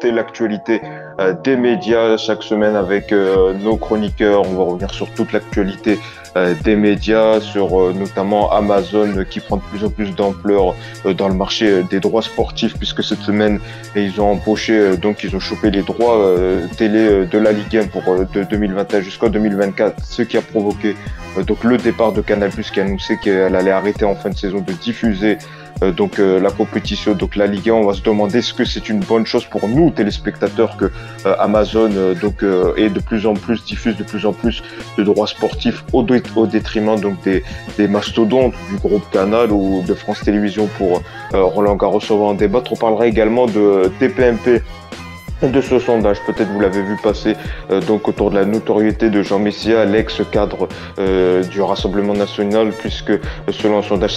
commenter l'actualité des médias chaque semaine avec nos chroniqueurs. On va revenir sur toute l'actualité des médias, sur notamment Amazon qui prend de plus en plus d'ampleur dans le marché des droits sportifs, puisque cette semaine ils ont empoché, donc ils ont chopé les droits télé de la Ligue 1 pour de 2021 jusqu'en 2024, ce qui a provoqué donc le départ de Canal+, qui a annoncé qu'elle allait arrêter en fin de saison de diffuser la compétition, donc la Ligue 1. On va se demander est-ce que c'est une bonne chose pour nous téléspectateurs que Amazon est de plus en plus diffuse de plus en plus de droits sportifs au détriment donc des mastodontes du groupe Canal ou de France Télévisions pour Roland Garros. On va en débattre. On parlera également de TPMP, de ce sondage, peut-être vous l'avez vu passer, donc autour de la notoriété de Jean Messia, l'ex-cadre du Rassemblement national, puisque selon un sondage,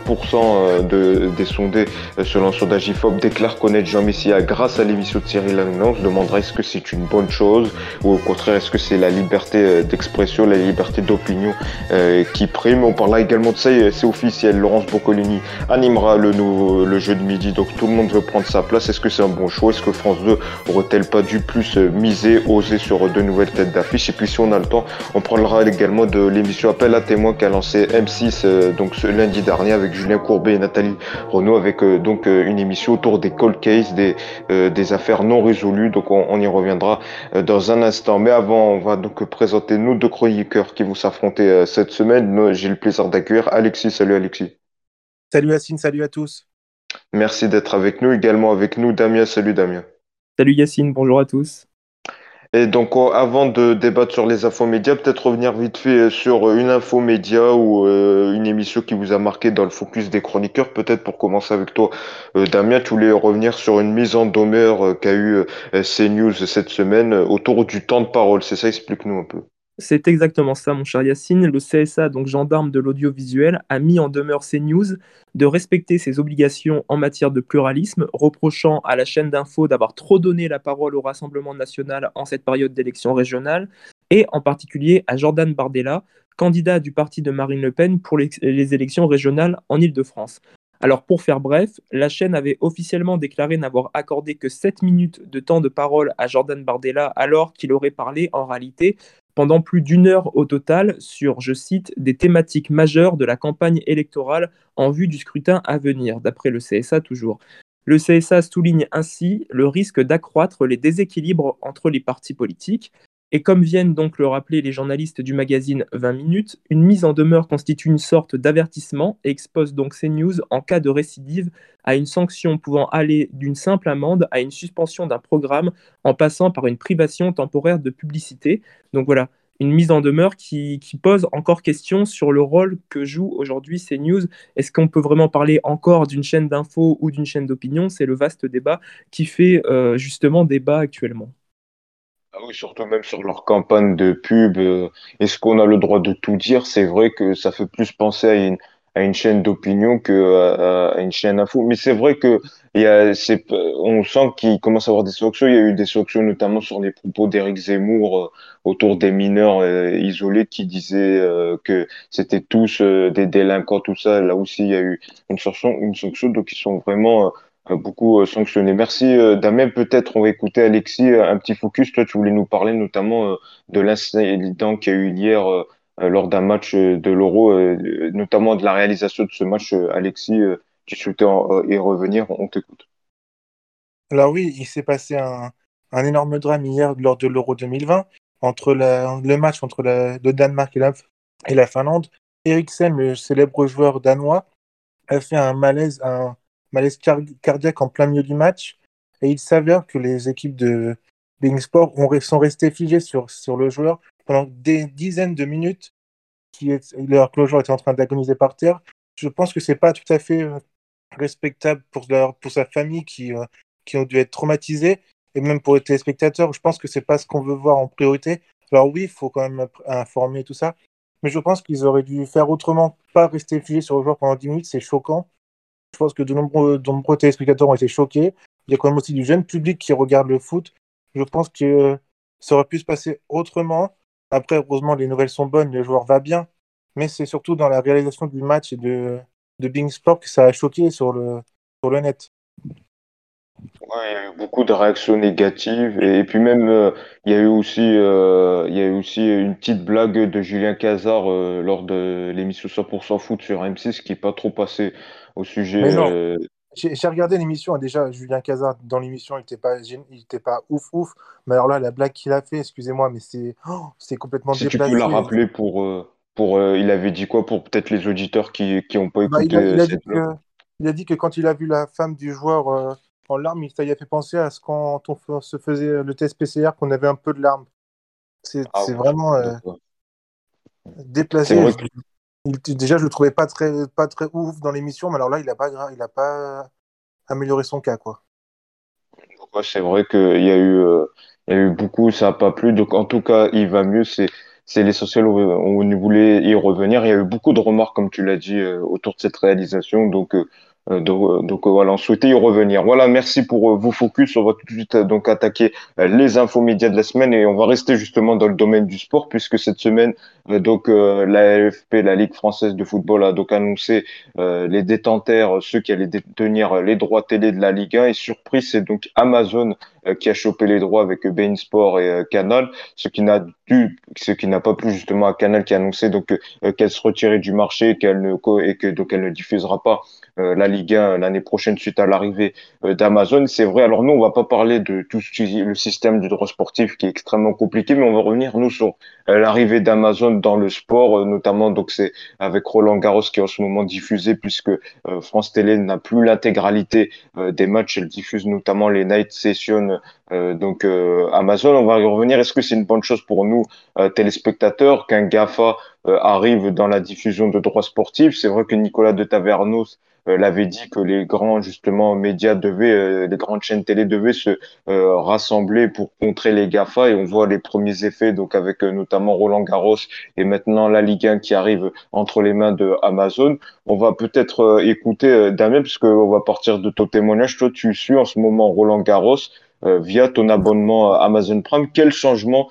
57% des sondés, selon un sondage IFOP, déclarent connaître Jean Messia grâce à l'émission de Cyril Hanouna. On se demandera est-ce que c'est une bonne chose ou au contraire est-ce que c'est la liberté d'expression, la liberté d'opinion qui prime. On parlera également de ça, c'est officiel, Laurence Boccolini animera le jeu de midi, donc tout le monde veut prendre sa place. Est-ce que c'est un bon choix? Est-ce que France 2 aurait-elle pas dû plus miser, oser sur de nouvelles têtes d'affiche? Et puis si on a le temps, on parlera également de l'émission Appel à témoins qu'a lancé M6 donc ce lundi dernier avec Julien Courbet et Nathalie Renaud, avec une émission autour des cold cases, des affaires non résolues. Donc on y reviendra dans un instant. Mais avant, on va donc présenter nos deux chroniqueurs qui vont s'affronter cette semaine. J'ai le plaisir d'accueillir Alexis. Salut Alexis. Salut Yacine, salut à tous. Merci d'être avec nous. Également avec nous Damien. Salut Damien. Salut Yacine, bonjour à tous. Et donc, avant de débattre sur les infos médias, peut-être revenir vite fait sur une info média ou une émission qui vous a marqué dans le focus des chroniqueurs. Peut-être pour commencer avec toi, Damien, tu voulais revenir sur une mise en demeure qu'a eu CNews cette semaine autour du temps de parole. C'est ça, explique-nous un peu. C'est exactement ça, mon cher Yacine. Le CSA, donc gendarme de l'audiovisuel, a mis en demeure CNews de respecter ses obligations en matière de pluralisme, reprochant à la chaîne d'info d'avoir trop donné la parole au Rassemblement national en cette période d'élection régionale, et en particulier à Jordan Bardella, candidat du parti de Marine Le Pen pour les élections régionales en Île-de-France. Alors pour faire bref, la chaîne avait officiellement déclaré n'avoir accordé que 7 minutes de temps de parole à Jordan Bardella alors qu'il aurait parlé en réalité pendant plus d'une heure au total sur, je cite, des thématiques majeures de la campagne électorale en vue du scrutin à venir, d'après le CSA toujours. Le CSA souligne ainsi le risque d'accroître les déséquilibres entre les partis politiques. Et comme viennent donc le rappeler les journalistes du magazine 20 minutes, une mise en demeure constitue une sorte d'avertissement et expose donc CNews en cas de récidive à une sanction pouvant aller d'une simple amende à une suspension d'un programme en passant par une privation temporaire de publicité. Donc voilà, une mise en demeure qui pose encore question sur le rôle que joue aujourd'hui CNews. Est-ce qu'on peut vraiment parler encore d'une chaîne d'info ou d'une chaîne d'opinion? C'est le vaste débat qui fait justement débat actuellement. Ah oui, surtout même sur leur campagne de pub. Est-ce qu'on a le droit de tout dire? C'est vrai que ça fait plus penser à une chaîne d'opinion que à une chaîne info. Mais c'est vrai que on sent qu'il commence à y avoir des sanctions. Il y a eu des sanctions notamment sur les propos d'Éric Zemmour autour des mineurs isolés qui disaient que c'était tous des délinquants, tout ça. Là aussi, il y a eu une sanction. Donc, ils sont vraiment beaucoup sanctionné. Merci Damien. Peut-être on va écouter Alexis, un petit focus. Toi, tu voulais nous parler notamment de l'incident qu'il y a eu hier lors d'un match de l'Euro, notamment de la réalisation de ce match. Alexis, tu souhaitais y revenir, on t'écoute. Alors oui, il s'est passé un énorme drame hier lors de l'Euro 2020 entre le match entre le Danemark et la Finlande. Eriksen, le célèbre joueur danois, a fait un malaise cardiaque en plein milieu du match. Et il s'avère que les équipes de Bein Sport sont restées figées sur le joueur pendant des dizaines de minutes, alors que le joueur était en train d'agoniser par terre. Je pense que c'est pas tout à fait respectable pour sa famille qui ont dû être traumatisés, et même pour les téléspectateurs. Je pense que c'est pas ce qu'on veut voir en priorité. Alors oui, il faut quand même informer tout ça, mais je pense qu'ils auraient dû faire autrement, pas rester figés sur le joueur pendant 10 minutes, c'est choquant. Je pense que de nombreux téléspectateurs ont été choqués. Il y a quand même aussi du jeune public qui regarde le foot. Je pense que ça aurait pu se passer autrement. Après, heureusement, les nouvelles sont bonnes, le joueur va bien, mais c'est surtout dans la réalisation du match et de Bein Sport que ça a choqué sur le net. Ouais, il y a eu beaucoup de réactions négatives et puis même il y a eu aussi une petite blague de Julien Cazard lors de l'émission 100% foot sur M6 qui est pas trop passé au sujet. Mais non, j'ai regardé l'émission, et déjà, Julien Cazard, dans l'émission, il était pas ouf, ouf. Mais alors là, la blague qu'il a fait, excusez-moi, mais c'est complètement Si tu peux la déplacé. rappeler il avait dit quoi pour peut-être les auditeurs qui ont pas Bah, écouté il a dit cette blague. il a dit que quand il a vu la femme du joueur en larmes, ça lui a fait penser à ce quand se faisait le test PCR, qu'on avait un peu de larmes. Ah C'est oui, vraiment d'accord. C'est déplacé. vrai que Déjà, je le trouvais pas très ouf dans l'émission, mais alors là, il a pas amélioré son cas, quoi. ouais, c'est vrai il y a eu beaucoup, ça a pas plu. Donc, en tout cas, il va mieux. C'est l'essentiel. On voulait y revenir. Il y a eu beaucoup de remarques, comme tu l'as dit, autour de cette réalisation. Voilà, on souhaitait y revenir. Voilà, merci pour vos focus. On va tout de suite donc attaquer les infos médias de la semaine et on va rester justement dans le domaine du sport puisque cette semaine, la LFP, la Ligue française de football, a donc annoncé les détenteurs, ceux qui allaient détenir les droits télé de la Ligue 1. Et surprise, c'est donc Amazon qui a chopé les droits avec beIN Sport et Canal, ce qui n'a pas plu justement à Canal qui a annoncé qu'elle se retirait du marché, et que donc elle ne diffusera pas la Ligue 1 l'année prochaine suite à l'arrivée d'Amazon. C'est vrai. Alors nous, on va pas parler de le système du droit sportif qui est extrêmement compliqué, mais on va revenir nous sur l'arrivée d'Amazon dans le sport, notamment donc c'est avec Roland Garros qui est en ce moment diffusé puisque France Télé n'a plus l'intégralité des matchs. Elle diffuse notamment les night sessions. Amazon, on va y revenir. Est-ce que c'est une bonne chose pour nous, téléspectateurs, qu'un GAFA arrive dans la diffusion de droits sportifs? C'est vrai que Nicolas de Tavernos l'avait dit que les grands justement médias les grandes chaînes télé devaient se rassembler pour contrer les GAFA et on voit les premiers effets donc avec notamment Roland Garros et maintenant la Ligue 1 qui arrive entre les mains de Amazon. On va peut-être écouter Damien, puisque on va partir de ton témoignage. Toi, tu suis en ce moment Roland Garros via ton abonnement Amazon Prime. Quel changement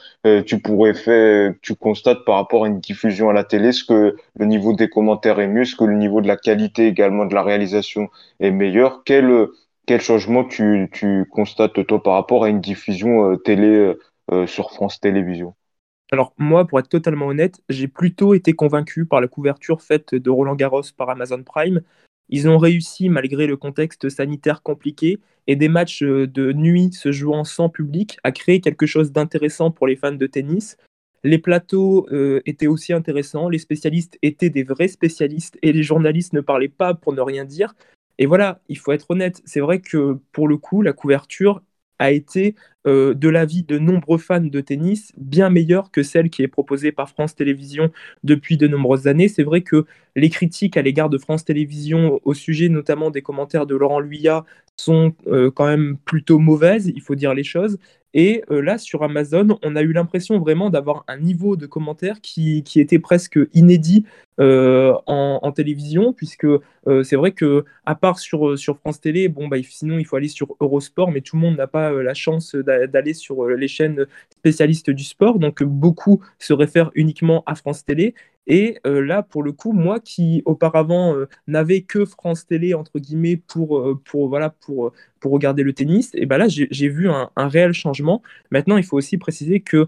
tu constates par rapport à une diffusion à la télé? Est-ce que le niveau des commentaires est mieux? Est-ce que le niveau de la qualité également de la réalisation est meilleur? Quel changement tu constates toi par rapport à une diffusion télé sur France Télévisions? Alors moi, pour être totalement honnête, j'ai plutôt été convaincu par la couverture faite de Roland Garros par Amazon Prime. Ils ont réussi, malgré le contexte sanitaire compliqué et des matchs de nuit se jouant sans public, à créer quelque chose d'intéressant pour les fans de tennis. Les plateaux étaient aussi intéressants, les spécialistes étaient des vrais spécialistes et les journalistes ne parlaient pas pour ne rien dire. Et voilà, il faut être honnête, c'est vrai que pour le coup, la couverture a été de l'avis de nombreux fans de tennis, bien meilleure que celle qui est proposée par France Télévisions depuis de nombreuses années. C'est vrai que les critiques à l'égard de France Télévisions au sujet notamment des commentaires de Laurent Luyat sont quand même plutôt mauvaises, il faut dire les choses. Et là, sur Amazon, on a eu l'impression vraiment d'avoir un niveau de commentaires qui était presque inédit en télévision, puisque c'est vrai que à part sur France Télé, bon, bah, sinon il faut aller sur Eurosport, mais tout le monde n'a pas la chance d'aller sur les chaînes spécialistes du sport, donc beaucoup se réfèrent uniquement à France Télé. Et là, pour le coup, moi qui auparavant n'avais que France Télé, entre guillemets, voilà, pour regarder le tennis, et ben là, j'ai vu un réel changement. Maintenant, il faut aussi préciser que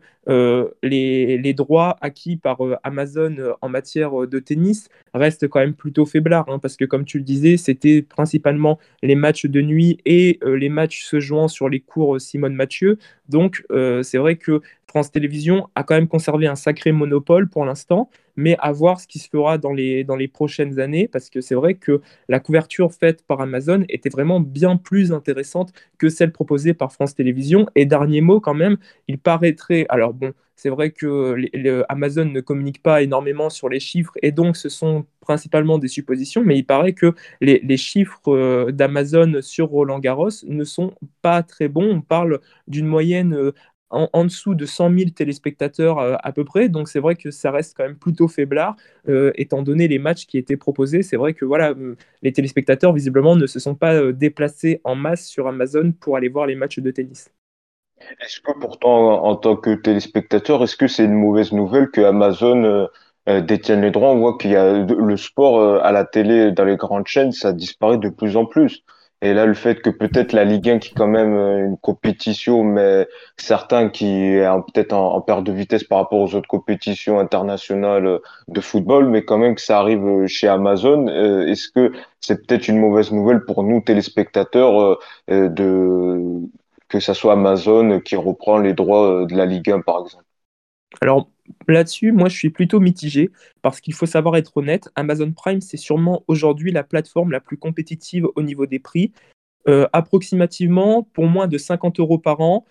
les droits acquis par Amazon en matière de tennis restent quand même plutôt faiblards, hein, parce que comme tu le disais, c'était principalement les matchs de nuit et les matchs se jouant sur les cours Simone Mathieu. Donc, c'est vrai que France Télévisions a quand même conservé un sacré monopole pour l'instant, mais à voir ce qui se fera dans les prochaines années, parce que c'est vrai que la couverture faite par Amazon était vraiment bien plus intéressante que celle proposée par France Télévisions. Et dernier mot quand même, il paraîtrait, alors bon, c'est vrai que Amazon ne communique pas énormément sur les chiffres et donc ce sont principalement des suppositions, mais il paraît que les chiffres d'Amazon sur Roland Garros ne sont pas très bons. On parle d'une moyenne en dessous de 100 000 téléspectateurs à peu près, donc c'est vrai que ça reste quand même plutôt faiblard, étant donné les matchs qui étaient proposés. C'est vrai que voilà, les téléspectateurs visiblement ne se sont pas déplacés en masse sur Amazon pour aller voir les matchs de tennis. Est-ce que pourtant, en tant que téléspectateur, est-ce que c'est une mauvaise nouvelle que Amazon détienne les droits? On voit qu'il y a le sport à la télé, dans les grandes chaînes, ça disparaît de plus en plus. Et là, le fait que peut-être la Ligue 1 qui est quand même une compétition, mais certains qui est peut-être en perte de vitesse par rapport aux autres compétitions internationales de football, mais quand même que ça arrive chez Amazon, est-ce que c'est peut-être une mauvaise nouvelle pour nous téléspectateurs de que ça soit Amazon qui reprend les droits de la Ligue 1 par exemple? Alors là-dessus, moi je suis plutôt mitigé parce qu'il faut savoir être honnête, Amazon Prime, c'est sûrement aujourd'hui la plateforme la plus compétitive au niveau des prix. Approximativement, pour moins de 50 euros par an,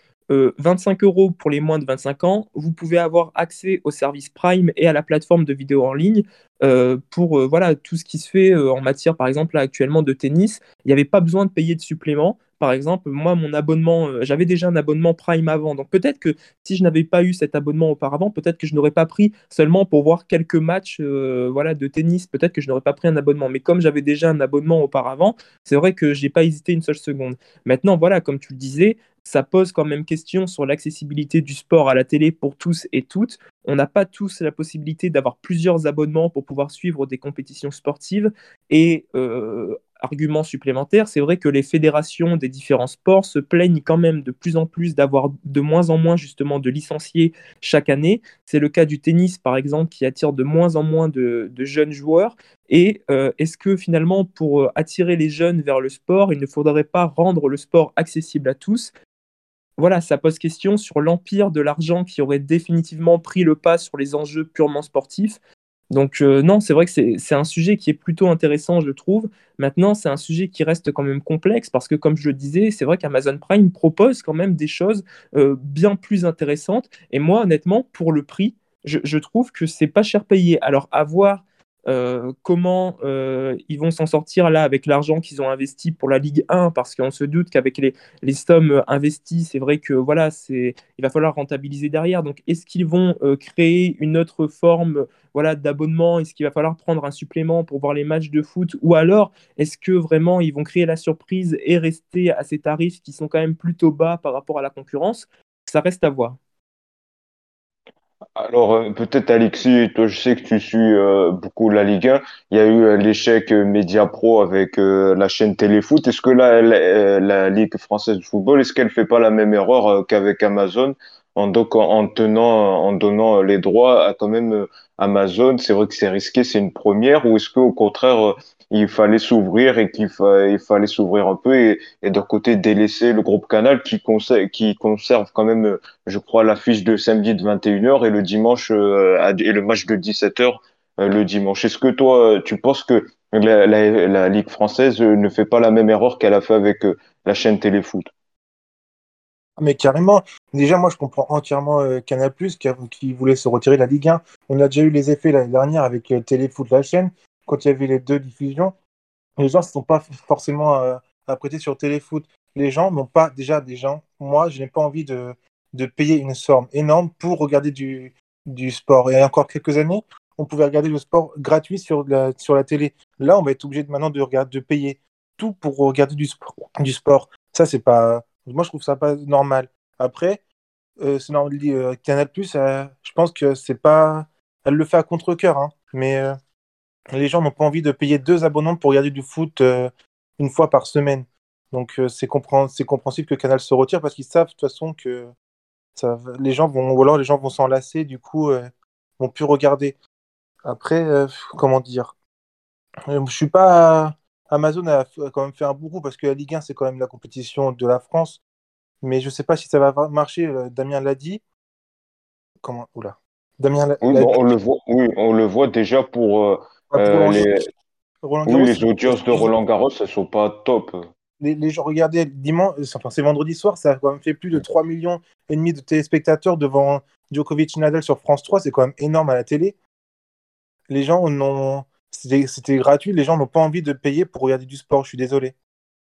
25 euros pour les moins de 25 ans, vous pouvez avoir accès au service Prime et à la plateforme de vidéo en ligne pour voilà, tout ce qui se fait en matière, par exemple, là, actuellement de tennis. Il n'y avait pas besoin de payer de supplément. Par exemple, moi, mon abonnement, j'avais déjà un abonnement Prime avant. Donc peut-être que si je n'avais pas eu cet abonnement auparavant, peut-être que je n'aurais pas pris seulement pour voir quelques matchs voilà, de tennis. Peut-être que je n'aurais pas pris un abonnement. Mais comme j'avais déjà un abonnement auparavant, c'est vrai que j'ai pas hésité une seule seconde. Maintenant, voilà, comme tu le disais, ça pose quand même question sur l'accessibilité du sport à la télé pour tous et toutes. On n'a pas tous la possibilité d'avoir plusieurs abonnements pour pouvoir suivre des compétitions sportives. Et argument supplémentaire, c'est vrai que les fédérations des différents sports se plaignent quand même de plus en plus d'avoir de moins en moins justement de licenciés chaque année. C'est le cas du tennis, par exemple, qui attire de moins en moins de jeunes joueurs. Et est-ce que finalement, pour attirer les jeunes vers le sport, il ne faudrait pas rendre le sport accessible à tous? Voilà, ça pose question sur l'empire de l'argent qui aurait définitivement pris le pas sur les enjeux purement sportifs. Donc non, c'est vrai que c'est un sujet qui est plutôt intéressant, je trouve. Maintenant, c'est un sujet qui reste quand même complexe parce que, comme je le disais, c'est vrai qu'Amazon Prime propose quand même des choses bien plus intéressantes. Et moi, honnêtement, pour le prix, je trouve que c'est pas cher payé. Alors, à voir comment ils vont s'en sortir là avec l'argent qu'ils ont investi pour la Ligue 1, parce qu'on se doute qu'avec les sommes investies, c'est vrai que voilà, il va falloir rentabiliser derrière. Donc, est-ce qu'ils vont créer une autre forme voilà, d'abonnement? Est-ce qu'il va falloir prendre un supplément pour voir les matchs de foot? Ou alors, est-ce que vraiment ils vont créer la surprise et rester à ces tarifs qui sont quand même plutôt bas par rapport à la concurrence? Ça reste à voir. Alors, peut-être Alexis, toi je sais que tu suis beaucoup la Ligue 1. Il y a eu l'échec Media Pro avec la chaîne Téléfoot. Est-ce que la Ligue française de football, est-ce qu'elle fait pas la même erreur qu'avec Amazon en donnant les droits à quand même Amazon? C'est vrai que c'est risqué, c'est une première. Ou est-ce qu'au contraire, il fallait s'ouvrir et il fallait s'ouvrir un peu et d'un côté délaisser le groupe Canal qui conserve quand même je crois, l'affiche de samedi de 21 h et le dimanche et le match de 17 h le dimanche. Est-ce que toi, tu penses que la Ligue française ne fait pas la même erreur qu'elle a fait avec la chaîne Téléfoot? Mais carrément, déjà, moi, je comprends entièrement Canal+, qui voulait se retirer de la Ligue 1. On a déjà eu les effets l'année dernière avec Téléfoot, la chaîne, quand il y avait les deux diffusions. Les gens ne se sont pas forcément apprêtés sur Téléfoot. Les gens n'ont pas, déjà, des gens, moi, je n'ai pas envie de payer une somme énorme pour regarder du sport. Et il y a encore quelques années, on pouvait regarder le sport gratuit sur la télé. Là, on va être obligé maintenant de payer tout pour regarder du sport. Ça, c'est pas. Moi, je trouve ça pas normal. Après, c'est normal, Canal+, je pense que c'est pas. Elle le fait à contre-cœur, hein. Mais les gens n'ont pas envie de payer deux abonnements pour regarder du foot une fois par semaine. Donc, c'est compréhensible que Canal se retire parce qu'ils savent de toute façon que les gens vont, ou alors les gens vont s'en lasser, du coup, vont plus regarder. Après, comment dire? Je suis pas. Amazon a quand même fait un bourreau parce que la Ligue 1, c'est quand même la compétition de la France. Mais je sais pas si ça va marcher. Damien l'a dit. Comment? Oula. Damien Oui, l'a bon, dit. on le voit déjà pour Pour euh, Roland les, Garros. Roland oui, Garros, les audiences de Roland Garros, elles sont pas top. les gens regardaient dimanche, enfin c'est vendredi soir, ça a quand même fait plus de 3,5 millions de téléspectateurs devant Djokovic Nadal sur France 3, c'est quand même énorme à la télé. Les gens n'ont. C'était gratuit, les gens n'ont pas envie de payer pour regarder du sport, je suis désolé.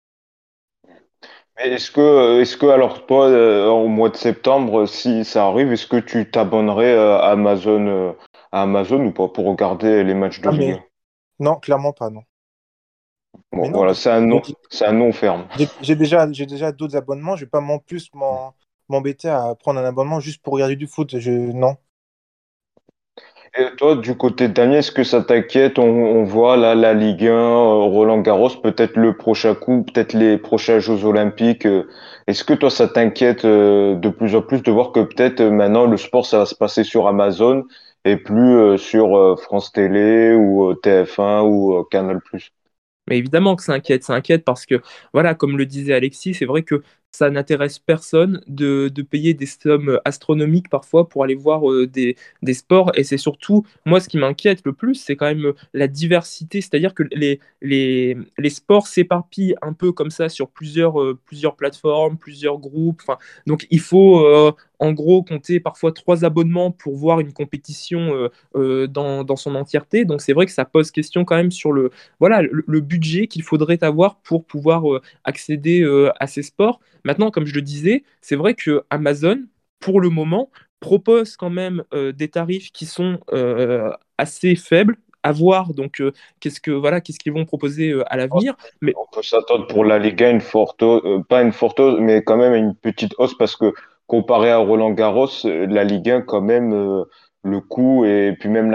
Mais est-ce que alors toi, au mois de septembre, si ça arrive, est-ce que tu t'abonnerais à Amazon ou pas pour regarder les matchs de Ah, Ligue mais 1? non, clairement pas, non. Bon, Mais non, voilà, parce que c'est un non ferme. j'ai déjà d'autres abonnements, je vais pas m'embêter à prendre un abonnement juste pour regarder du foot. Non. Et toi, du côté de Damien, est-ce que ça t'inquiète? On voit là la Ligue 1, Roland-Garros, peut-être le prochain coup, peut-être les prochains Jeux Olympiques. Est-ce que toi, ça t'inquiète de plus en plus de voir que peut-être maintenant le sport, ça va se passer sur Amazon et plus sur France Télé ou TF1 ou Canal+. Mais évidemment que ça inquiète parce que, voilà, comme le disait Alexis, c'est vrai que ça n'intéresse personne de payer des sommes astronomiques parfois pour aller voir des sports. Et c'est surtout, moi, ce qui m'inquiète le plus, c'est quand même la diversité. C'est-à-dire que les sports s'éparpillent un peu comme ça sur plusieurs plateformes, plusieurs groupes. Enfin, donc, il faut, en gros, compter parfois 3 abonnements pour voir une compétition dans son entièreté. Donc, c'est vrai que ça pose question quand même sur voilà, le budget qu'il faudrait avoir pour pouvoir accéder à ces sports. Maintenant, comme je le disais, c'est vrai que Amazon, pour le moment, propose quand même des tarifs qui sont assez faibles. À voir donc qu'est-ce qu'ils vont proposer à l'avenir. Mais On peut s'attendre pour la Ligue 1 une forte hausse, pas une forte hausse, mais quand même une petite hausse parce que comparé à Roland-Garros, la Ligue 1 quand même le coût et puis même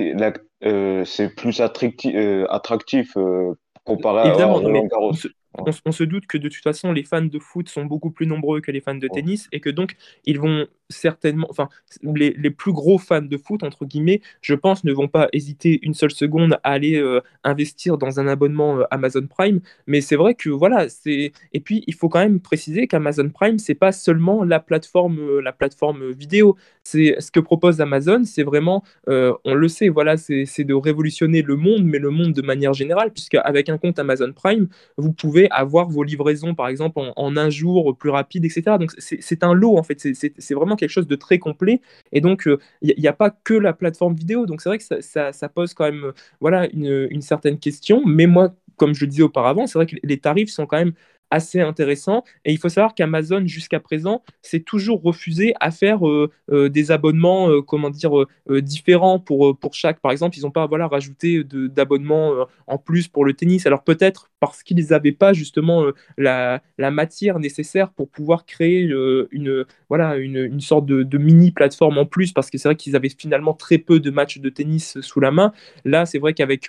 c'est plus attractif comparé à évidemment, non, mais Roland-Garros. Ouais. on se doute que de toute façon, les fans de foot sont beaucoup plus nombreux que les fans de Ouais. tennis et que donc ils vont certainement, enfin, les plus gros fans de foot, entre guillemets, je pense, ne vont pas hésiter une seule seconde à aller investir dans un abonnement Amazon Prime. Mais c'est vrai que voilà, et puis il faut quand même préciser qu'Amazon Prime, c'est pas seulement la plateforme vidéo. C'est ce que propose Amazon, c'est vraiment on le sait, voilà, c'est de révolutionner le monde, mais le monde de manière générale, puisque avec un compte Amazon Prime, vous pouvez avoir vos livraisons, par exemple, en un jour plus rapide, etc. Donc, c'est un lot, en fait. C'est vraiment quelque chose de très complet. Et donc, il n'y a pas que la plateforme vidéo. Donc, c'est vrai que ça pose quand même voilà, une certaine question. Mais moi, comme je le disais auparavant, c'est vrai que les tarifs sont quand même assez intéressants. Et il faut savoir qu'Amazon, jusqu'à présent, s'est toujours refusé à faire des abonnements, comment dire, différents pour chaque. Par exemple, ils n'ont pas voilà, rajouté d'abonnements en plus pour le tennis. Alors peut-être parce qu'ils n'avaient pas justement la matière nécessaire pour pouvoir créer voilà, une sorte de mini plateforme en plus, parce que c'est vrai qu'ils avaient finalement très peu de matchs de tennis sous la main. Là, c'est vrai qu'avec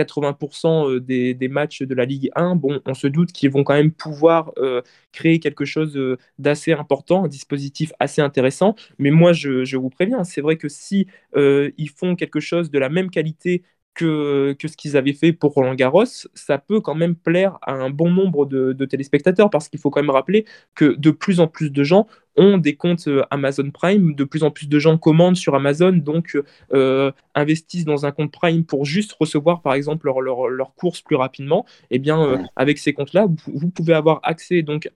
80% des matchs de la Ligue 1, bon, on se doute qu'ils vont quand même pouvoir créer quelque chose d'assez important, un dispositif assez intéressant. Mais moi, je vous préviens, c'est vrai que si ils font quelque chose de la même qualité que ce qu'ils avaient fait pour Roland Garros, ça peut quand même plaire à un bon nombre de téléspectateurs, parce qu'il faut quand même rappeler que de plus en plus de gens ont des comptes Amazon Prime, de plus en plus de gens commandent sur Amazon, donc investissent dans un compte Prime pour juste recevoir par exemple leurs courses plus rapidement. Et eh bien avec ces comptes-là, vous pouvez avoir accès donc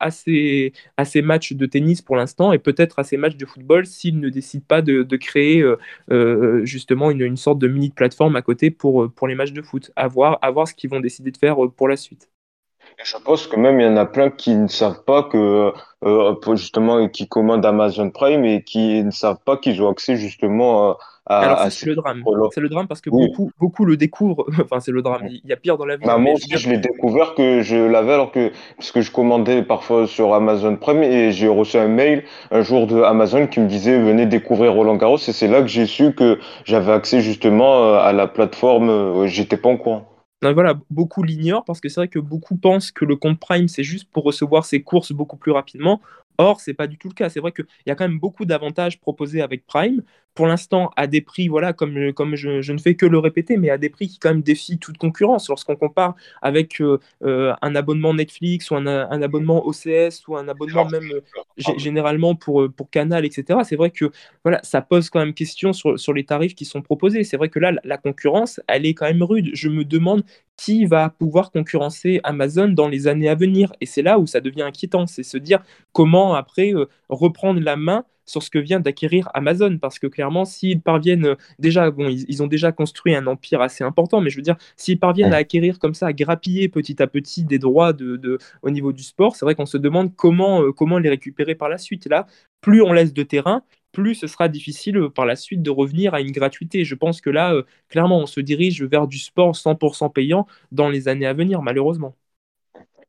à ces matchs de tennis pour l'instant, et peut-être à ces matchs de football s'ils ne décident pas de créer justement une sorte de mini plateforme à côté pour les matchs de foot. À voir ce qu'ils vont décider de faire pour la suite. Et je pense que même il y en a plein qui ne savent pas que justement qui commandent Amazon Prime et qui ne savent pas qu'ils ont accès justement Alors ça, à c'est ces le drame. offres-là. C'est le drame parce que Oui. beaucoup le découvrent. Enfin, c'est le drame. Il y a pire dans la vie, Bah, hein, moi mais je veux aussi, dire, je l'ai découvert que je l'avais alors que, parce que je commandais parfois sur Amazon Prime et j'ai reçu un mail un jour de Amazon qui me disait venez découvrir Roland Garros et c'est là que j'ai su que j'avais accès justement à la plateforme. J'étais pas au courant. non, voilà, beaucoup l'ignorent parce que c'est vrai que beaucoup pensent que le compte Prime, c'est juste pour recevoir ses courses beaucoup plus rapidement. Or, c'est pas du tout le cas. C'est vrai qu'il y a quand même beaucoup d'avantages proposés avec Prime. Pour l'instant, à des prix, voilà, comme je ne fais que le répéter, mais à des prix qui quand même défient toute concurrence. Lorsqu'on compare avec un abonnement Netflix ou un abonnement OCS ou un abonnement même généralement pour Canal, etc. C'est vrai que voilà, ça pose quand même question sur les tarifs qui sont proposés. C'est vrai que là, la concurrence, elle est quand même rude. Je me demande qui va pouvoir concurrencer Amazon dans les années à venir. Et c'est là où ça devient inquiétant, c'est se dire comment après reprendre la main sur ce que vient d'acquérir Amazon, parce que clairement, s'ils parviennent déjà, bon, ils ont déjà construit un empire assez important, mais je veux dire, s'ils parviennent à acquérir comme ça, à grappiller petit à petit des droits au niveau du sport, c'est vrai qu'on se demande comment les récupérer par la suite. Et là, plus on laisse de terrain, plus ce sera difficile par la suite de revenir à une gratuité. Je pense que là, clairement, on se dirige vers du sport 100% payant dans les années à venir, malheureusement.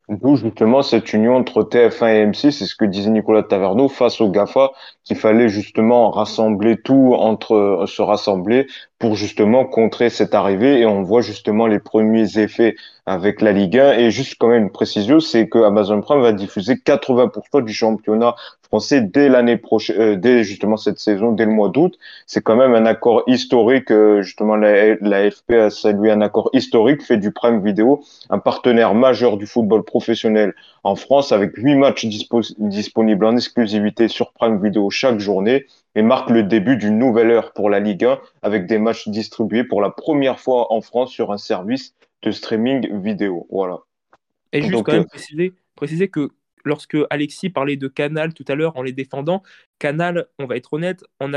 D'où justement cette union entre TF1 et M6, c'est ce que disait Nicolas Taverneau face au GAFA, qu'il fallait justement rassembler tout se rassembler pour justement contrer cette arrivée. Et on voit justement les premiers effets avec la Ligue 1. Et juste quand même une précision, c'est que Amazon Prime va diffuser 80% du championnat français dès l'année prochaine, dès justement cette saison, dès le mois d'août. C'est quand même un accord historique. Justement, la FP a salué un accord historique fait du Prime Video un partenaire majeur du football professionnel en France avec 8 matchs disponibles en exclusivité sur Prime Video chaque journée et marque le début d'une nouvelle ère pour la Ligue 1 avec des matchs distribués pour la première fois en France sur un service de streaming vidéo. Voilà. Et juste quand Donc, même préciser que lorsque Alexis parlait de Canal tout à l'heure en les défendant, Canal, on va être honnête, en a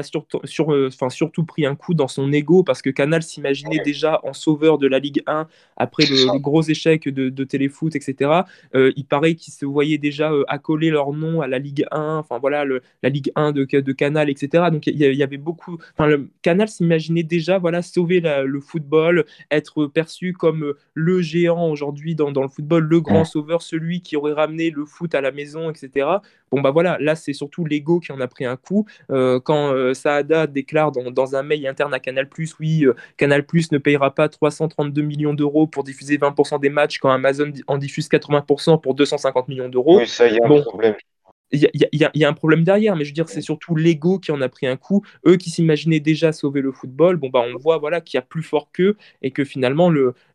surtout pris un coup dans son ego parce que Canal s'imaginait déjà en sauveur de la Ligue 1 après c'est ça. le gros échec de Téléfoot, etc. Il paraît qu'ils se voyaient déjà accoler leur nom à la Ligue 1, enfin voilà, la Ligue 1 de Canal, etc. Donc il y avait beaucoup. Enfin, le Canal s'imaginait déjà voilà, sauver le football, être perçu comme le géant aujourd'hui dans le football, le grand sauveur, celui qui aurait ramené le foot à la maison, etc. Bon, bah voilà, là, c'est surtout l'ego qui en a pris un coup. Quand Saada déclare dans un mail interne à Canal+, oui, Canal+ ne payera pas 332 millions d'euros pour diffuser 20% des matchs quand Amazon en diffuse 80% pour 250 millions d'euros. Oui, ça, il y a un Bon, problème. il y a un problème derrière, mais je veux dire, c'est surtout l'ego qui en a pris un coup. Eux qui s'imaginaient déjà sauver le football, bon, bah, on voit voilà, qu'il y a plus fort qu'eux et que finalement,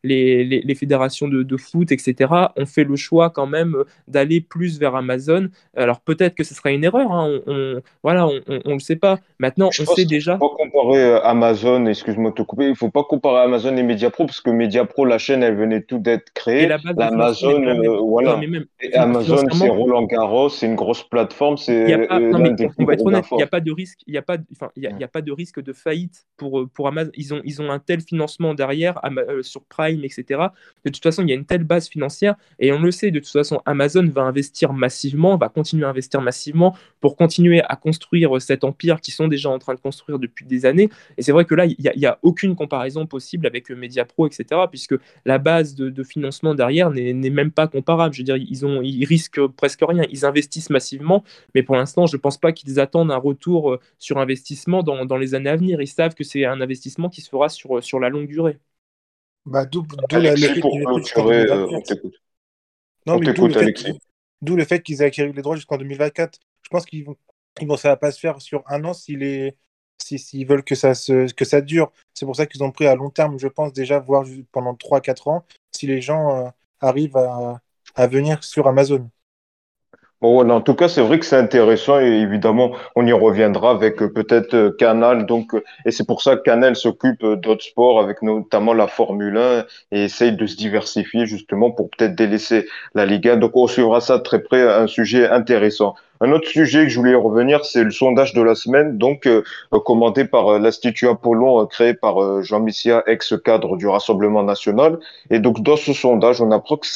les fédérations de foot, etc., ont fait le choix quand même d'aller plus vers Amazon. Alors peut-être que ce sera une erreur, hein, voilà, on le sait pas. Maintenant, Je on pense sait qu'il faut déjà. pas comparer Amazon, excuse-moi de te couper, il faut pas comparer Amazon et Mediapro parce que Mediapro, la chaîne, elle venait tout d'être Et créée. la base de financement n'est L'Amazon, pas la même. Non, voilà. mais même Et Amazon, c'est financièrement, Roland Garros, c'est une grosse plateforme, c'est il y a pas, non l'un mais des plus on va être gros honnête, il GAFA. n'y a pas de risque, il y a pas, enfin, il y a pas de risque de faillite pour Amazon. Ils ont un tel financement derrière sur Prime, etc. De toute façon, il y a une telle base financière et on le sait. De toute façon, Amazon va investir massivement, va continuer à investir massivement pour continuer à construire cet empire qu'ils sont déjà en train de construire depuis des années. Et c'est vrai que là, il y a aucune comparaison possible avec Mediapro, etc. Puisque la base de financement derrière n'est même pas comparable. Je veux dire, ils risquent presque rien. Ils investissent massivement, mais pour l'instant, je ne pense pas qu'ils attendent un retour sur investissement dans les années à venir. Ils savent que c'est un investissement qui se fera sur la longue durée. Bah, d'où le Alexis, fait pour qu'ils aient pris jusqu'en clôturer, on 2024. t'écoute. Non, On mais t'écoute, Alexis. d'où le fait qu'ils aient acquis les droits jusqu'en 2024. Je pense ça va pas se faire sur un an s'ils veulent que ça dure. C'est pour ça qu'ils ont pris à long terme, je pense, déjà, voir pendant 3 4 ans, si les gens arrivent à venir sur Amazon. Bon, voilà, en tout cas, c'est vrai que c'est intéressant et évidemment, on y reviendra avec peut-être Canal. Donc, et c'est pour ça que Canal s'occupe d'autres sports, avec notamment la Formule 1 et essaye de se diversifier justement pour peut-être délaisser la Ligue 1. Donc, on suivra ça de très près, un sujet intéressant. Un autre sujet que je voulais revenir, c'est le sondage de la semaine, donc commandé par l'Institut Apollon, créé par Jean Messia, ex-cadre du Rassemblement national. Et donc, dans ce sondage, on apprend que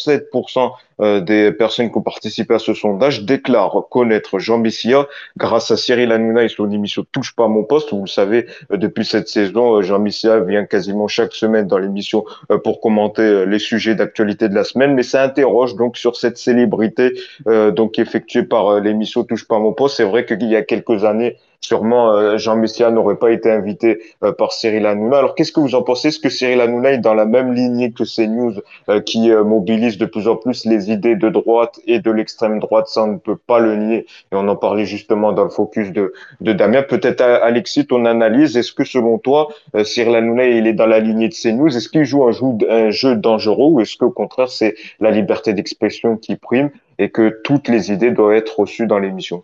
57% des personnes qui ont participé à ce sondage déclarent connaître Jean Messia grâce à Cyril Hanouna et son émission Touche pas à mon poste. Vous le savez, depuis cette saison, Jean Messia vient quasiment chaque semaine dans l'émission pour commenter les sujets d'actualité de la semaine. Mais ça interroge donc sur cette célébrité donc effectuée par l'émission Touche pas à mon poste. C'est vrai qu'il y a quelques années, sûrement Jean Messia n'aurait pas été invité par Cyril Hanouna. Alors qu'est-ce que vous en pensez? Est-ce que Cyril Hanouna est dans la même lignée que CNews qui mobilise de plus en plus les idées de droite et de l'extrême droite, ça on ne peut pas le nier. Et on en parlait justement dans le focus de Damien. Peut-être Alexis, ton analyse, est-ce que selon toi, Cyril Hanouna, il est dans la lignée de CNews? Est-ce qu'il joue un jeu dangereux ou est-ce qu'au contraire, c'est la liberté d'expression qui prime et que toutes les idées doivent être reçues dans l'émission?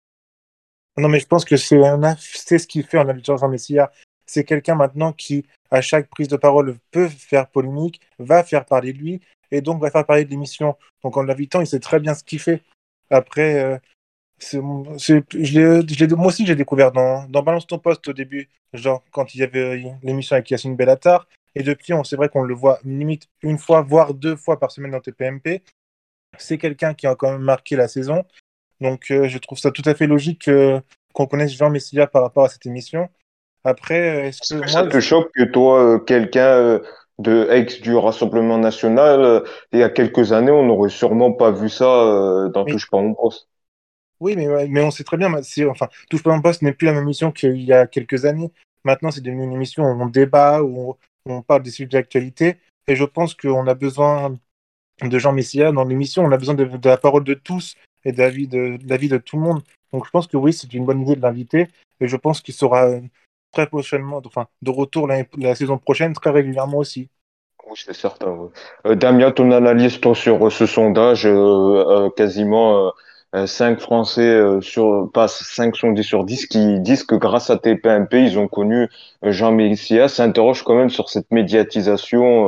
Non, mais je pense que c'est ce qu'il fait en invitant Jean Messia. C'est quelqu'un maintenant qui, à chaque prise de parole, peut faire polémique, va faire parler de lui, et donc va faire parler de l'émission. Donc en l'invitant, il sait très bien ce qu'il fait. Après, moi aussi, j'ai découvert dans Balance ton poste au début, genre quand il y avait l'émission avec Yacine Bellatar, et depuis, c'est vrai qu'on le voit limite une fois, voire 2 fois par semaine dans TPMP. C'est quelqu'un qui a quand même marqué la saison. Donc, je trouve ça tout à fait logique qu'on connaisse Jean Messia par rapport à cette émission. Après, est-ce Est-ce que que ça moi, te choque que toi, quelqu'un de ex du Rassemblement national, il y a quelques années, on n'aurait sûrement pas vu ça dans Mais Touche pas mon poste. oui, mais on sait très bien, enfin, Touche pas mon poste n'est plus la même émission qu'il y a quelques années. Maintenant, c'est devenu une émission où on débat, où on parle des sujets d'actualité. Et je pense qu'on a besoin de Jean Messia dans l'émission. On a besoin de la parole de tous et de l'avis de tout le monde. Donc je pense que oui, c'est une bonne idée de l'inviter. Et je pense qu'il sera très prochainement, enfin, de retour la saison prochaine, très régulièrement aussi. Oui, c'est certain. Ouais. Damien, ton analyse toi, sur ce sondage, quasiment 5 Français pas 5 sondés sur 10 qui disent que grâce à TPMP, ils ont connu Jean Messia, s'interroge quand même sur cette médiatisation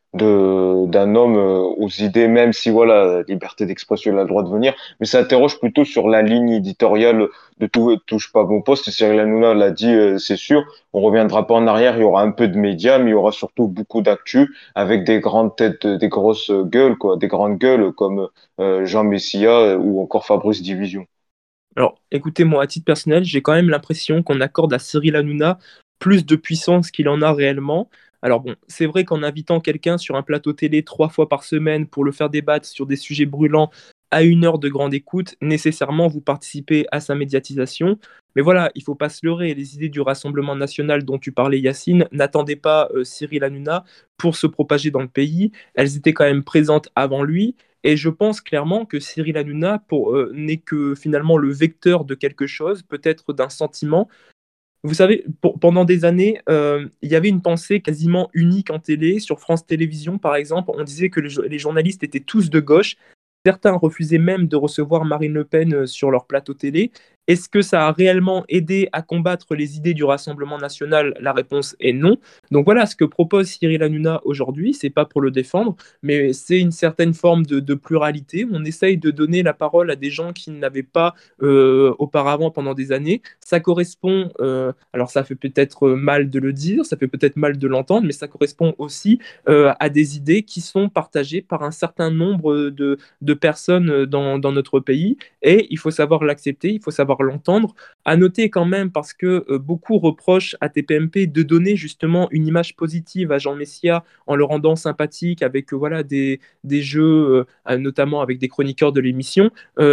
d'un homme aux idées, même si voilà, liberté d'expression, il a le droit de venir, mais s'interroge plutôt sur la ligne éditoriale de tout touche pas à mon poste. Cyril Hanouna l'a dit, c'est sûr. On reviendra pas en arrière, il y aura un peu de médias, mais il y aura surtout beaucoup d'actu avec des grandes têtes, des grosses gueules, quoi, des grandes gueules comme Jean Messia ou encore Fabrice Division. Alors, écoutez, moi, à titre personnel, j'ai quand même l'impression qu'on accorde à Cyril Hanouna plus de puissance qu'il en a réellement. Alors bon, c'est vrai qu'en invitant quelqu'un sur un plateau télé 3 fois par semaine pour le faire débattre sur des sujets brûlants à 1 heure de grande écoute, nécessairement vous participez à sa médiatisation. Mais voilà, il faut pas se leurrer. Les idées du Rassemblement national dont tu parlais, Yacine, n'attendaient pas Cyril Hanouna pour se propager dans le pays. Elles étaient quand même présentes avant lui. Et je pense clairement que Cyril Hanouna n'est que finalement le vecteur de quelque chose, peut-être d'un sentiment. Vous savez, pendant des années, il y avait une pensée quasiment unique en télé. Sur France Télévisions, par exemple, on disait que les journalistes étaient tous de gauche. Certains refusaient même de recevoir Marine Le Pen sur leur plateau télé. Est-ce que ça a réellement aidé à combattre les idées du Rassemblement national? La réponse est non. Donc voilà, ce que propose Cyril Hanouna aujourd'hui, c'est pas pour le défendre, mais c'est une certaine forme de pluralité. On essaye de donner la parole à des gens qui n'avaient pas auparavant pendant des années. Ça correspond, alors ça fait peut-être mal de le dire, ça fait peut-être mal de l'entendre, mais ça correspond aussi à des idées qui sont partagées par un certain nombre de personnes dans notre pays. Et il faut savoir l'accepter, il faut savoir l'entendre. À noter quand même, parce que beaucoup reprochent à TPMP de donner justement une image positive à Jean Messia en le rendant sympathique avec voilà, des jeux, notamment avec des chroniqueurs de l'émission.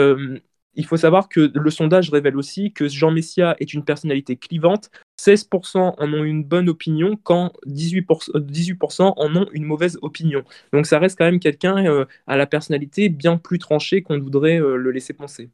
Il faut savoir que le sondage révèle aussi que Jean Messia est une personnalité clivante. 16% en ont une bonne opinion, quand 18% en ont une mauvaise opinion. Donc ça reste quand même quelqu'un à la personnalité bien plus tranchée qu'on voudrait le laisser penser.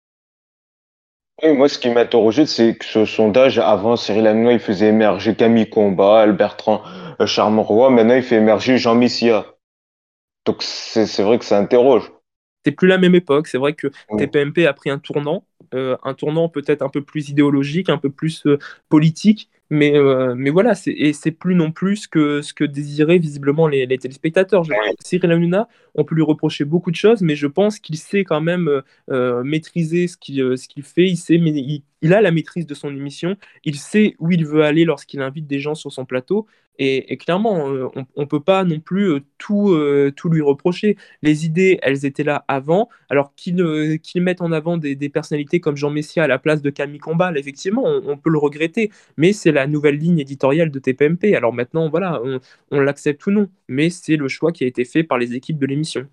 Et moi, ce qui m'interrogeait, c'est que ce sondage, avant, Cyril Hanouna, il faisait émerger Camille Combal, Bertrand Charmeroy. Maintenant, il fait émerger Jean Messia. Donc, c'est vrai que ça interroge. C'est plus la même époque. C'est vrai que Oui. TPMP a pris un tournant peut-être un peu plus idéologique, un peu plus politique, mais voilà, et c'est plus non plus ce que désiraient visiblement les téléspectateurs. Cyril Hanouna, on peut lui reprocher beaucoup de choses, mais je pense qu'il sait quand même maîtriser ce qu'il fait. Il a la maîtrise de son émission, il sait où il veut aller lorsqu'il invite des gens sur son plateau. Et clairement, on ne peut pas non plus tout lui reprocher. Les idées, elles étaient là avant. Alors qu'ils mettent en avant des personnalités comme Jean Messia à la place de Camille Combal, effectivement, on peut le regretter. Mais c'est la nouvelle ligne éditoriale de TPMP. Alors maintenant, voilà, on l'accepte ou non. Mais c'est le choix qui a été fait par les équipes de l'émission.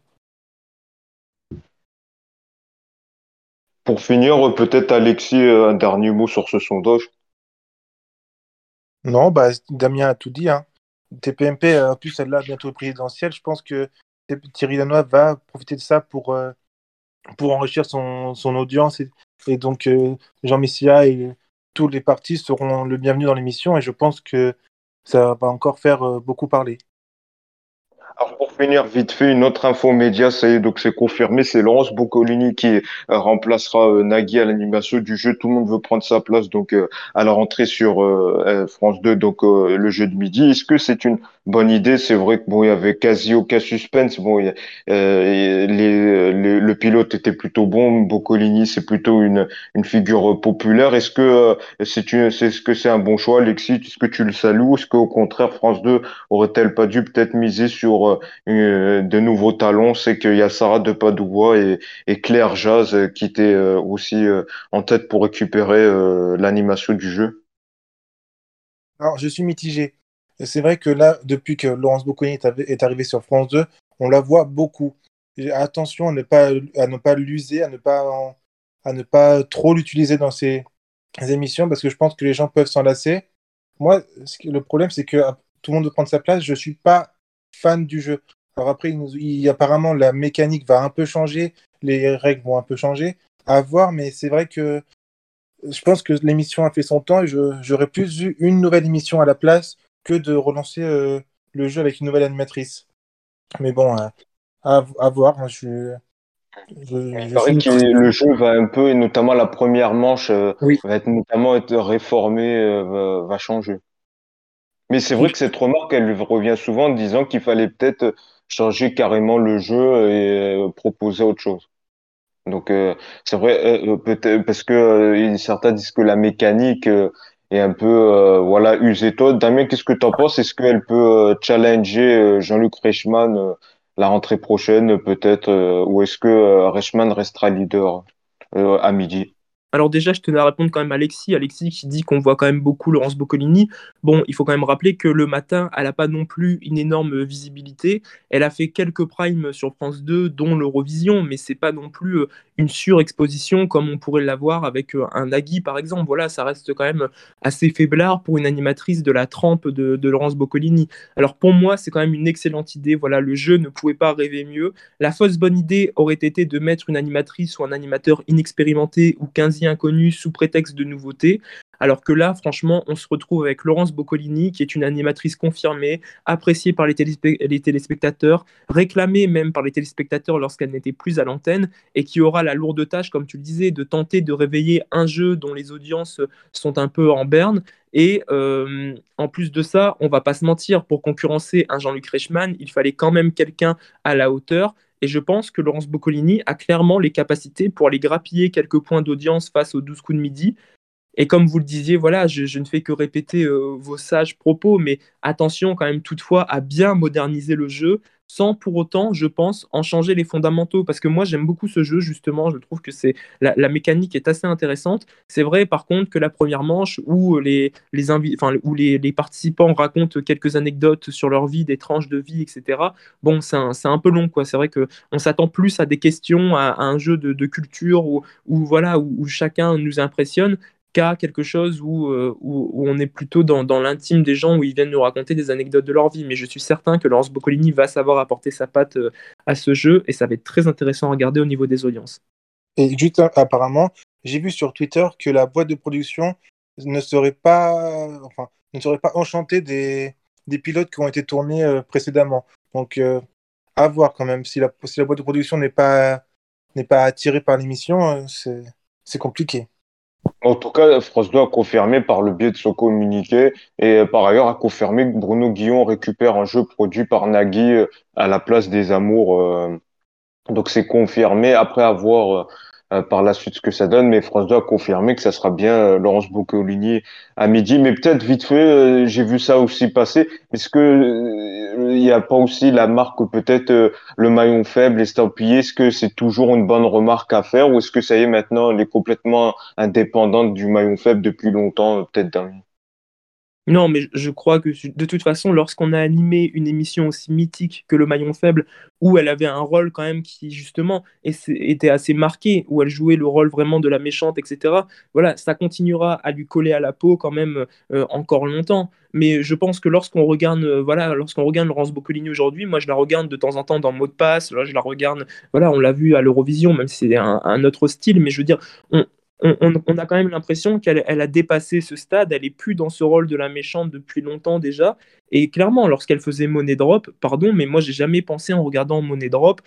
Pour finir, peut-être Alexis, un dernier mot sur ce sondage. Non, bah, Damien a tout dit, hein. TPMP, en plus, elle là, bientôt présidentielle. Je pense que Thierry Lanois va profiter de ça pour enrichir son audience. Et donc, Jean Messia et tous les partis seront le bienvenu dans l'émission. Et je pense que ça va encore faire beaucoup parler. Alors pour finir, vite fait, une autre info média, ça y est, donc c'est confirmé, c'est Laurence Boccolini qui remplacera Nagui à l'animation du jeu. Tout le monde veut prendre sa place donc à la rentrée sur France 2, donc le jeu de midi. Est-ce que c'est une bonne idée? C'est vrai que bon, il y avait quasi aucun suspense. Bon, le pilote était plutôt bon. Boccolini, c'est plutôt une figure populaire. Est-ce que est-ce que c'est un bon choix, Alexis? Est-ce que tu le salues? Ou est-ce qu'au contraire, France 2 aurait-elle pas dû peut-être miser sur de nouveaux talents? C'est qu'il y a Sarah de Padoua et Claire Jazz qui étaient aussi en tête pour récupérer l'animation du jeu. Alors, je suis mitigé. c'est vrai que là, depuis que Laurence Bocconi est arrivée sur France 2, on la voit beaucoup. Et attention à ne pas l'user, à ne pas trop l'utiliser dans ses émissions, parce que je pense que les gens peuvent s'en lasser. Moi, le problème, c'est que tout le monde veut prendre sa place. Je suis pas fan du jeu. Alors après, apparemment, la mécanique va un peu changer, les règles vont un peu changer. À voir, mais c'est vrai que je pense que l'émission a fait son temps et j'aurais plus vu une nouvelle émission à la place que de relancer le jeu avec une nouvelle animatrice. Mais bon, à voir, hein. Mais il Je suis paraît que mitigé. le jeu va un peu, et notamment la première manche, Oui. va être réformée, va changer. Mais c'est vrai que cette remarque, elle revient souvent en disant qu'il fallait peut-être changer carrément le jeu et proposer autre chose. Donc c'est vrai, peut-être parce que certains disent que la mécanique est un peu voilà usée. Toi, Damien, qu'est-ce que tu en penses? Est-ce qu'elle peut challenger Jean-Luc Reichmann la rentrée prochaine peut-être, ou est-ce que Reichmann restera leader à midi? Alors déjà, je tenais à répondre quand même à Alexis. Alexis qui dit qu'on voit quand même beaucoup Laurence Boccolini. Bon, il faut quand même rappeler que le matin, elle n'a pas non plus une énorme visibilité. Elle a fait quelques primes sur France 2, dont l'Eurovision, mais c'est pas non plus une surexposition comme on pourrait l'avoir avec un Nagui, par exemple. Voilà, ça reste quand même assez faiblard pour une animatrice de la trempe de Laurence Boccolini. Alors pour moi, c'est quand même une excellente idée. Voilà, le jeu ne pouvait pas rêver mieux. La fausse bonne idée aurait été de mettre une animatrice ou un animateur inexpérimenté ou quasi inconnu sous prétexte de nouveauté. Alors que là, franchement, on se retrouve avec Laurence Boccolini, qui est une animatrice confirmée, appréciée par les téléspectateurs, réclamée même par les téléspectateurs lorsqu'elle n'était plus à l'antenne, et qui aura la lourde tâche, comme tu le disais, de tenter de réveiller un jeu dont les audiences sont un peu en berne. Et en plus de ça, on va pas se mentir, pour concurrencer un Jean-Luc Reichmann, il fallait quand même quelqu'un à la hauteur. Et je pense que Laurence Boccolini a clairement les capacités pour aller grappiller quelques points d'audience face aux 12 coups de midi. Et comme vous le disiez, voilà, je ne fais que répéter vos sages propos, mais attention quand même toutefois à bien moderniser le jeu sans pour autant, je pense, en changer les fondamentaux. Parce que moi, j'aime beaucoup ce jeu, justement. Je trouve que la mécanique est assez intéressante. C'est vrai, par contre, que la première manche où les participants racontent quelques anecdotes sur leur vie, des tranches de vie, etc., bon, c'est un peu long, quoi. C'est vrai qu'on s'attend plus à des questions, à un jeu de culture voilà, où chacun nous impressionne qu'à quelque chose où on est plutôt dans l'intime des gens, où ils viennent nous raconter des anecdotes de leur vie. Mais je suis certain que Laurence Boccolini va savoir apporter sa patte à ce jeu, et ça va être très intéressant à regarder au niveau des audiences. Et juste apparemment, j'ai vu sur Twitter que la boîte de production ne serait pas, enfin, ne serait pas enchantée des pilotes qui ont été tournés précédemment. Donc, à voir quand même. Si la boîte de production n'est pas attirée par l'émission, c'est compliqué. En tout cas, France 2 a confirmé par le biais de son communiqué et par ailleurs a confirmé que Bruno Guillon récupère un jeu produit par Nagui à la place des Amours. Donc c'est confirmé après avoir par la suite ce que ça donne, mais France 2 a confirmé que ça sera bien Laurence Boccolini à midi. Mais peut-être vite fait, j'ai vu ça aussi passer. Est-ce que il n'y a pas aussi la marque peut-être le maillon faible estampillé? Est-ce que c'est toujours une bonne remarque à faire ou est-ce que ça y est maintenant elle est complètement indépendante du maillon faible depuis longtemps, peut-être d'un... Non, mais je crois que de toute façon, lorsqu'on a animé une émission aussi mythique que Le Maillon Faible, où elle avait un rôle quand même qui, justement, était assez marqué, où elle jouait le rôle vraiment de la méchante, etc., voilà, ça continuera à lui coller à la peau quand même encore longtemps. Mais je pense que lorsqu'on regarde Laurence Boccolini aujourd'hui, moi je la regarde de temps en temps dans Mot de passe, là je la regarde, voilà, on l'a vu à l'Eurovision, même si c'est un autre style, mais je veux dire, on a quand même l'impression qu'elle a dépassé ce stade, elle est plus dans ce rôle de la méchante depuis longtemps déjà. Et clairement, lorsqu'elle faisait Money Drop, pardon, mais moi j'ai jamais pensé en regardant Money Drop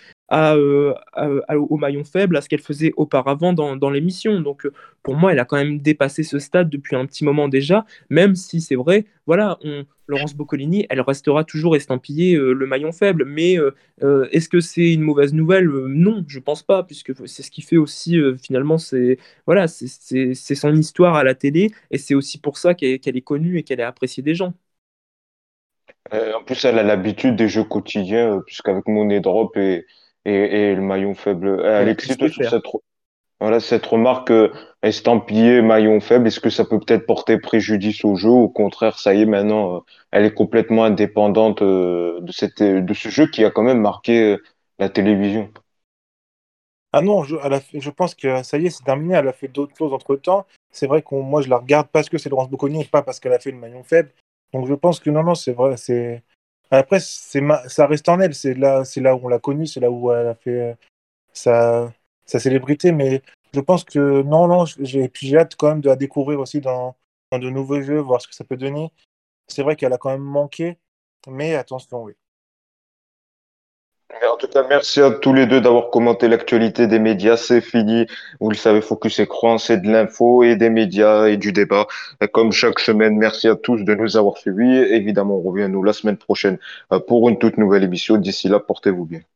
au maillon faible, à ce qu'elle faisait auparavant dans l'émission. Donc pour moi, elle a quand même dépassé ce stade depuis un petit moment déjà, même si c'est vrai, voilà, Laurence Boccolini, elle restera toujours estampillée le maillon faible, mais est-ce que c'est une mauvaise nouvelle? Non, je pense pas, puisque c'est ce qui fait aussi finalement, c'est son histoire à la télé, et c'est aussi pour ça qu'elle est connue et qu'elle est appréciée des gens. En plus, elle a l'habitude des jeux quotidiens, puisqu'avec Money Drop et le maillon faible. Ouais, elle Alexis, toi, sait sur faire. cette... Voilà, cette remarque estampillée maillon faible, est-ce que ça peut peut-être porter préjudice au jeu? Ou au contraire, ça y est, maintenant, elle est complètement indépendante de ce jeu qui a quand même marqué la télévision. Ah non, je pense que ça y est, c'est terminé. Elle a fait d'autres choses entre-temps. C'est vrai que moi, je la regarde parce que c'est Laurence Boccolini et pas parce qu'elle a fait le maillon faible. Donc je pense que non, non, c'est vrai. Après, ça reste en elle. C'est là où on l'a connue, c'est là où elle a fait sa... sa célébrité. Mais je pense que non, non, puis j'ai hâte quand même de la découvrir aussi dans de nouveaux jeux, voir ce que ça peut donner. C'est vrai qu'elle a quand même manqué, mais attention, oui. Mais en tout cas, merci à tous les deux d'avoir commenté l'actualité des médias. C'est fini. Vous le savez, Focus Écran, c'est de l'info et des médias et du débat. Et comme chaque semaine, merci à tous de nous avoir suivis. Évidemment, on revient nous la semaine prochaine pour une toute nouvelle émission. D'ici là, portez-vous bien.